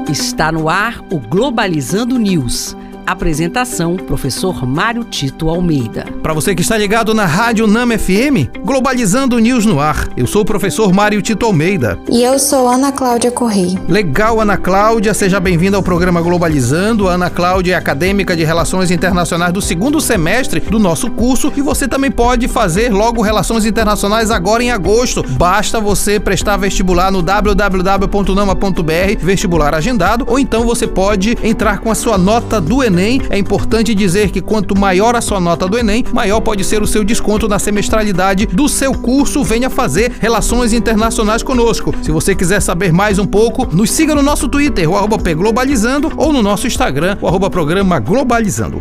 Está no ar o Globalizando News. Apresentação, professor Mário Tito Almeida. Para você que está ligado na Rádio Nama FM, Globalizando News no ar. Eu sou o professor Mário Tito Almeida. E eu sou Ana Cláudia Correia. Legal, Ana Cláudia. Seja bem-vinda ao programa Globalizando. A Ana Cláudia é acadêmica de Relações Internacionais do segundo semestre do nosso curso e você também pode fazer logo Relações Internacionais agora em agosto. Basta você prestar vestibular no www.nama.br, vestibular agendado, ou então você pode entrar com a sua nota do Enem. É importante dizer que quanto maior a sua nota do Enem, maior pode ser o seu desconto na semestralidade do seu curso. Venha fazer Relações Internacionais conosco. Se você quiser saber mais um pouco, nos siga no nosso Twitter, o @pglobalizando, ou no nosso Instagram, o @programa Globalizando.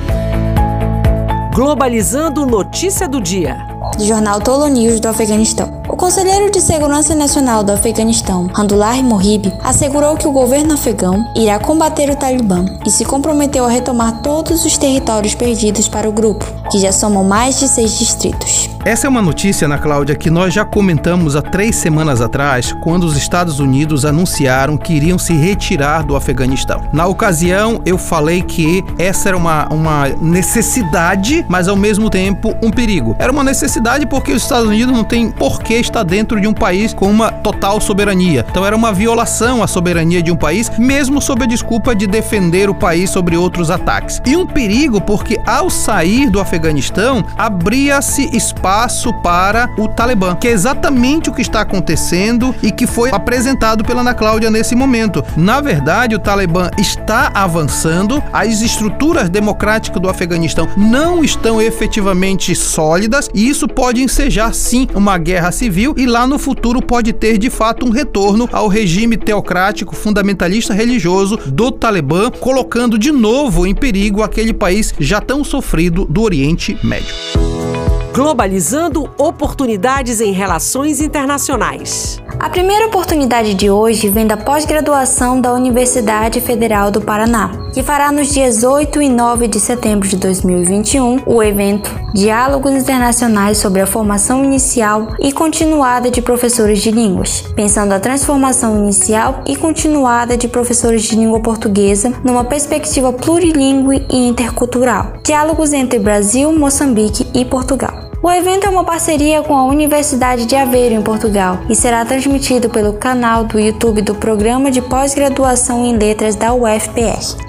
Globalizando notícia do dia. Do jornal Tolo News do Afeganistão. O conselheiro de Segurança Nacional do Afeganistão, Handullah Mohib, assegurou que o governo afegão irá combater o Talibã e se comprometeu a retomar todos os territórios perdidos para o grupo, que já somam mais de 6 distritos. Essa é uma notícia, Ana Cláudia, que nós já comentamos há 3 semanas atrás, quando os Estados Unidos anunciaram que iriam se retirar do Afeganistão. Na ocasião, eu falei que essa era uma necessidade, mas ao mesmo tempo um perigo. Era uma necessidade porque os Estados Unidos não têm por que estar dentro de um país com uma total soberania. Então era uma violação à soberania de um país, mesmo sob a desculpa de defender o país sobre outros ataques. E um perigo porque ao sair do Afeganistão, abria-se espaço para o Talibã, que é exatamente o que está acontecendo e que foi apresentado pela Ana Cláudia nesse momento. Na verdade, o Talibã está avançando, as estruturas democráticas do Afeganistão não estão efetivamente sólidas e isso pode ensejar sim uma guerra civil e lá no futuro pode ter de fato um retorno ao regime teocrático fundamentalista religioso do Talibã, colocando de novo em perigo aquele país já tão sofrido do Oriente Médio. Globalizando oportunidades em relações internacionais. A primeira oportunidade de hoje vem da pós-graduação da Universidade Federal do Paraná, que fará nos dias 8 e 9 de setembro de 2021 o evento Diálogos Internacionais sobre a Formação Inicial e Continuada de Professores de Línguas, pensando a transformação inicial e continuada de professores de língua portuguesa numa perspectiva plurilingüe e intercultural. Diálogos entre Brasil, Moçambique e Portugal. O evento é uma parceria com a Universidade de Aveiro, em Portugal, e será transmitido pelo canal do YouTube do Programa de Pós-Graduação em Letras da UFPR.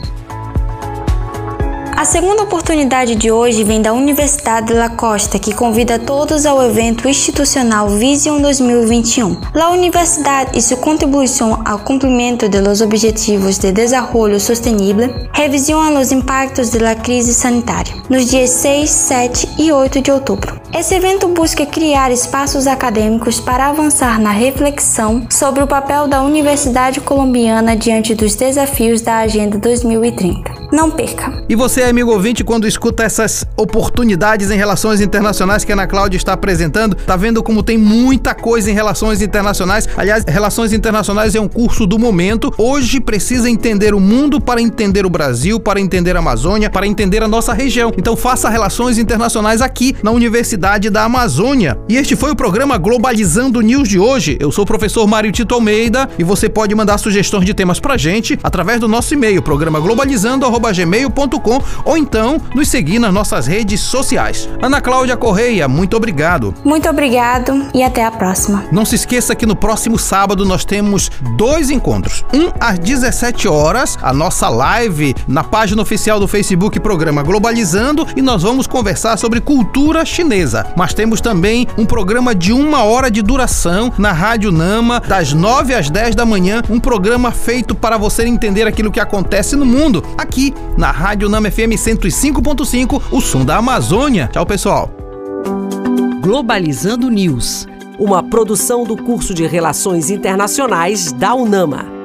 A segunda oportunidade de hoje vem da Universidade de La Costa, que convida todos ao evento institucional Vision 2021. La Universidad y su contribución al cumplimiento de los Objetivos de Desarrollo Sostenible revisiona los impactos de la crise sanitária, nos dias 6, 7 e 8 de outubro. Esse evento busca criar espaços acadêmicos para avançar na reflexão sobre o papel da Universidade Colombiana diante dos desafios da Agenda 2030. Não perca! E você, amigo ouvinte, quando escuta essas oportunidades em relações internacionais que a Ana Cláudia está apresentando, tá vendo como tem muita coisa em relações internacionais? Aliás, Relações Internacionais é um curso do momento. Hoje precisa entender o mundo para entender o Brasil, para entender a Amazônia, para entender a nossa região. Então faça Relações Internacionais aqui na Universidade da Amazônia. E este foi o programa Globalizando News de hoje. Eu sou o professor Mário Tito Almeida e você pode mandar sugestões de temas pra gente através do nosso e-mail, programaglobalizando@gmail.com, ou então nos seguir nas nossas redes sociais. Ana Cláudia Correia, muito obrigado. Muito obrigado e até a próxima. Não se esqueça que no próximo sábado nós temos 2 encontros. Um às 17 horas, a nossa live na página oficial do Facebook Programa Globalizando, e nós vamos conversar sobre cultura chinesa. Mas temos também um programa de 1 hora de duração na Rádio Nama, das 9 às 10 da manhã, um programa feito para você entender aquilo que acontece no mundo, aqui na Rádio Nama FM 105.5, o som da Amazônia. Tchau, pessoal. Globalizando News, uma produção do curso de Relações Internacionais da UNAMA.